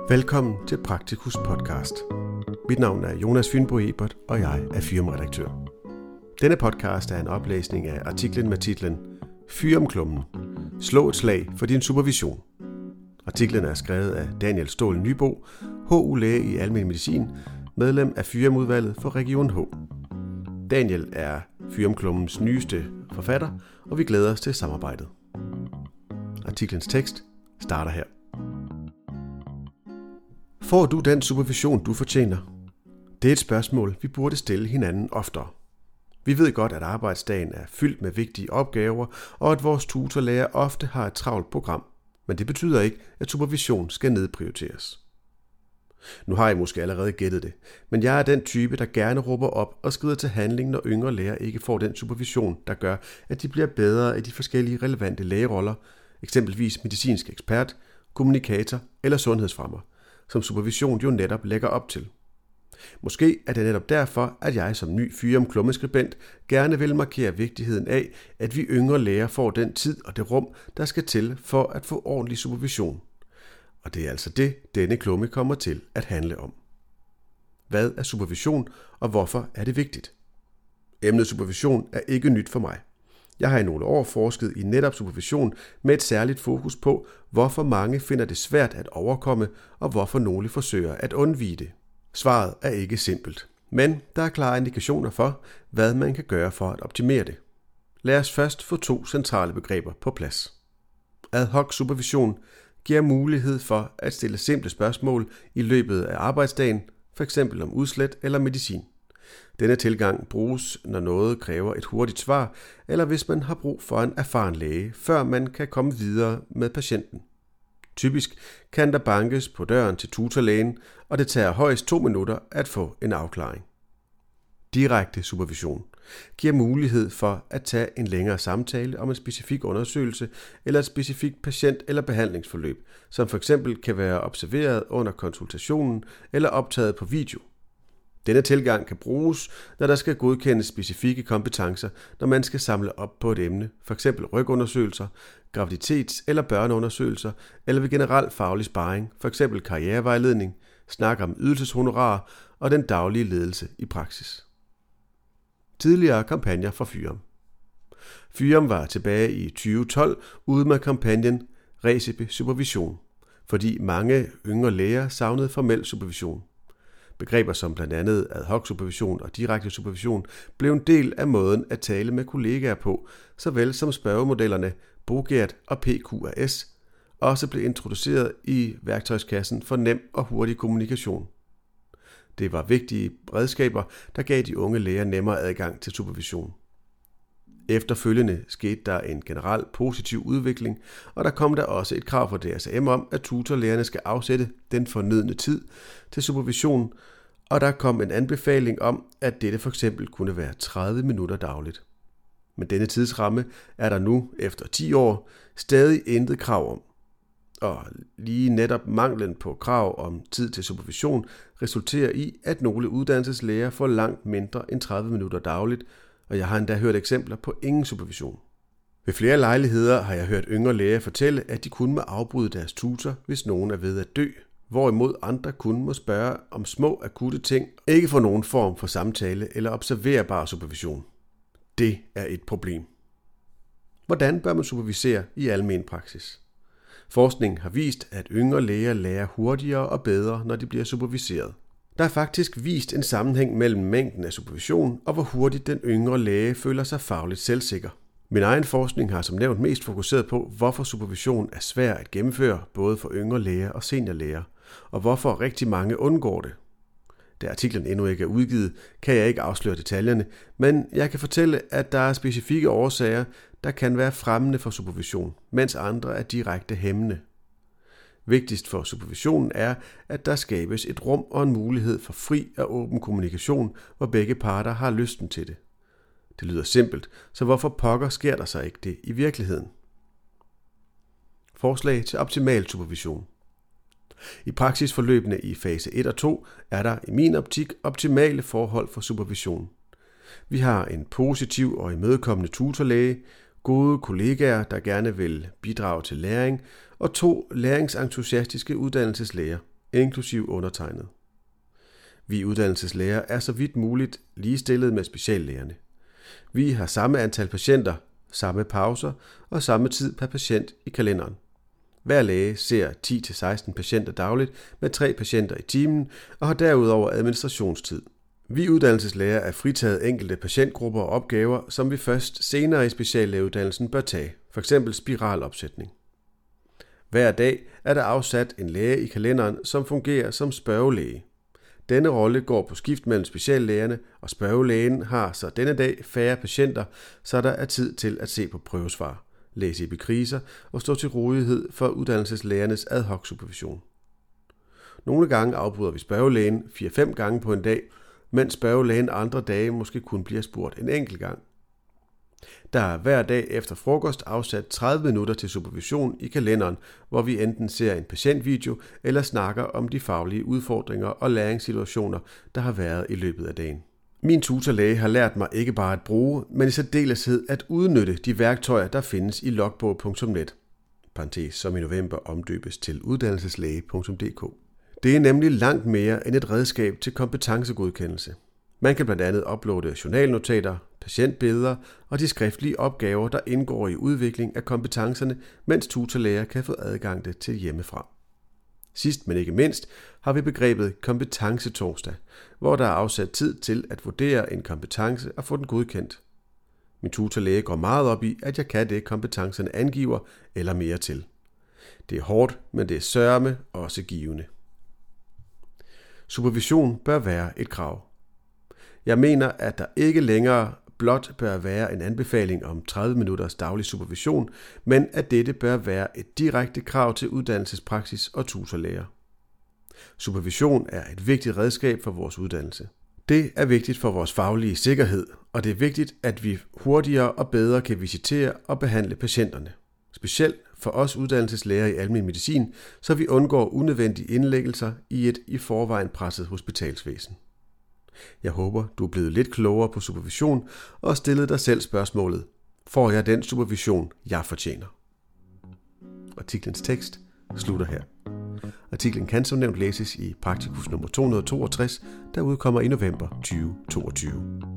Velkommen til Praktikus podcast. Mit navn er Jonas Fynbo Ebert, og jeg er FYRUM-redaktør. Denne podcast er en oplæsning af artiklen med titlen FYRUM-klummen. Slå et slag for din supervision. Artiklen er skrevet af Daniel Ståhl Nybo, HU-læge i almen medicin, medlem af FYRUM-udvalget for Region H. Daniel er FYRUM-klummens nyeste forfatter, og vi glæder os til samarbejdet. Artiklens tekst starter her. Får du den supervision, du fortjener? Det er et spørgsmål, vi burde stille hinanden oftere. Vi ved godt, at arbejdsdagen er fyldt med vigtige opgaver, og at vores tutorlærer ofte har et travlt program. Men det betyder ikke, at supervision skal nedprioriteres. Nu har I måske allerede gættet det, men jeg er den type, der gerne råber op og skrider til handling, når yngre lærere ikke får den supervision, der gør, at de bliver bedre i de forskellige relevante lægeroller, eksempelvis medicinsk ekspert, kommunikator eller sundhedsfremmer, som supervision jo netop lægger op til. Måske er det netop derfor, at jeg som ny FYRUM-klummeskribent gerne vil markere vigtigheden af, at vi yngre lærere får den tid og det rum, der skal til for at få ordentlig supervision. Og det er altså det, denne klumme kommer til at handle om. Hvad er supervision, og hvorfor er det vigtigt? Emnet supervision er ikke nyt for mig. Jeg har i nogle år forsket i netop supervision med et særligt fokus på, hvorfor mange finder det svært at overkomme, og hvorfor nogle forsøger at undvige det. Svaret er ikke simpelt, men der er klare indikationer for, hvad man kan gøre for at optimere det. Lad os først få 2 centrale begreber på plads. Ad hoc supervision giver mulighed for at stille simple spørgsmål i løbet af arbejdsdagen, f.eks. om udslæt eller medicin. Denne tilgang bruges, når noget kræver et hurtigt svar, eller hvis man har brug for en erfaren læge, før man kan komme videre med patienten. Typisk kan der bankes på døren til tutorlægen, og det tager højst 2 minutter at få en afklaring. Direkte supervision giver mulighed for at tage en længere samtale om en specifik undersøgelse eller et specifikt patient- eller behandlingsforløb, som f.eks. kan være observeret under konsultationen eller optaget på video. Denne tilgang kan bruges, når der skal godkendes specifikke kompetencer, når man skal samle op på et emne, f.eks. rygundersøgelser, graviditets- eller børneundersøgelser, eller ved generel faglig sparring, f.eks. karrierevejledning, snak om ydelseshonorarer og den daglige ledelse i praksis. Tidligere kampagner fra FYRUM. FYRUM var tilbage i 2012 ude med kampagnen Recipe Supervision, fordi mange yngre læger savnede formel supervision. Begreber som blandt andet ad hoc supervision og direkte supervision blev en del af måden at tale med kollegaer på, såvel som spørgemodellerne BOGERT og PQRS også blev introduceret i værktøjskassen for nem og hurtig kommunikation. Det var vigtige redskaber, der gav de unge læger nemmere adgang til supervision. Efterfølgende skete der en generel positiv udvikling, og der kom der også et krav fra DSM om, at tutorlærerne skal afsætte den fornødne tid til supervision, og der kom en anbefaling om, at dette for eksempel kunne være 30 minutter dagligt. Men denne tidsramme er der nu, efter 10 år, stadig intet krav om. Og lige netop manglen på krav om tid til supervision resulterer i, at nogle uddannelseslæger får langt mindre end 30 minutter dagligt, og jeg har endda hørt eksempler på ingen supervision. Ved flere lejligheder har jeg hørt yngre læger fortælle, at de kun må afbryde deres tutor, hvis nogen er ved at dø, hvorimod andre kun må spørge om små akutte ting, ikke få nogen form for samtale eller observerbar supervision. Det er et problem. Hvordan bør man supervisere i almen praksis? Forskning har vist, at yngre læger lærer hurtigere og bedre, når de bliver superviseret. Der er faktisk vist en sammenhæng mellem mængden af supervision og hvor hurtigt den yngre læge føler sig fagligt selvsikker. Min egen forskning har som nævnt mest fokuseret på, hvorfor supervision er svær at gennemføre, både for yngre læger og seniorlæger, og hvorfor rigtig mange undgår det. Da artiklen endnu ikke er udgivet, kan jeg ikke afsløre detaljerne, men jeg kan fortælle, at der er specifikke årsager, der kan være fremmende for supervision, mens andre er direkte hæmmende. Vigtigst for supervisionen er, at der skabes et rum og en mulighed for fri og åben kommunikation, hvor begge parter har lysten til det. Det lyder simpelt, så hvorfor pokker sker der så ikke det i virkeligheden? Forslag til optimal supervision. I praksisforløbene i fase 1 og 2 er der i min optik optimale forhold for supervision. Vi har en positiv og imødekommende tutorlæge, gode kollegaer, der gerne vil bidrage til læring, og 2 læringsentusiastiske uddannelseslæger, inklusiv undertegnet. Vi uddannelseslæger er så vidt muligt ligestillet med speciallægerne. Vi har samme antal patienter, samme pauser og samme tid per patient i kalenderen. Hver læge ser 10-16 patienter dagligt med 3 patienter i timen og har derudover administrationstid. Vi uddannelseslæger er fritaget enkelte patientgrupper og opgaver, som vi først senere i speciallægeuddannelsen bør tage, f.eks. spiralopsætning. Hver dag er der afsat en læge i kalenderen, som fungerer som spørgelæge. Denne rolle går på skift mellem speciallægerne, og spørgelægen har så denne dag færre patienter, så der er tid til at se på prøvesvar, læse epikriser og stå til rådighed for uddannelseslægernes ad hoc supervision. Nogle gange afbryder vi spørgelægen 4-5 gange på en dag, mens spørgelægen andre dage måske kun bliver spurgt en enkelt gang. Der er hver dag efter frokost afsat 30 minutter til supervision i kalenderen, hvor vi enten ser en patientvideo eller snakker om de faglige udfordringer og læringssituationer, der har været i løbet af dagen. Min tutorlæge har lært mig ikke bare at bruge, men i særdeleshed at udnytte de værktøjer, der findes i logbog.net, som i november omdøbes til uddannelseslæge.dk. Det er nemlig langt mere end et redskab til kompetencegodkendelse. Man kan blandt andet uploade journalnotater, patientbilleder og de skriftlige opgaver, der indgår i udvikling af kompetencerne, mens tutorlæger kan få adgang til hjemmefra. Sidst men ikke mindst har vi begrebet kompetencetorsdag, hvor der er afsat tid til at vurdere en kompetence og få den godkendt. Min tutorlæge går meget op i, at jeg kan det, kompetencerne angiver eller mere til. Det er hårdt, men det er sørme også givende. Supervision bør være et krav. Jeg mener, at der ikke længere blot bør være en anbefaling om 30 minutters daglig supervision, men at dette bør være et direkte krav til uddannelsespraksis og tutorlæger. Supervision er et vigtigt redskab for vores uddannelse. Det er vigtigt for vores faglige sikkerhed, og det er vigtigt, at vi hurtigere og bedre kan visitere og behandle patienterne. Specielt for os uddannelseslæger i almen medicin, så vi undgår unødvendige indlæggelser i et i forvejen presset hospitalsvæsen. Jeg håber, du er blevet lidt klogere på supervision og stillet dig selv spørgsmålet: får jeg den supervision, jeg fortjener? Artiklens tekst slutter her. Artiklen kan som nævnt læses i Praktikus nummer 262, der udkommer i november 2022.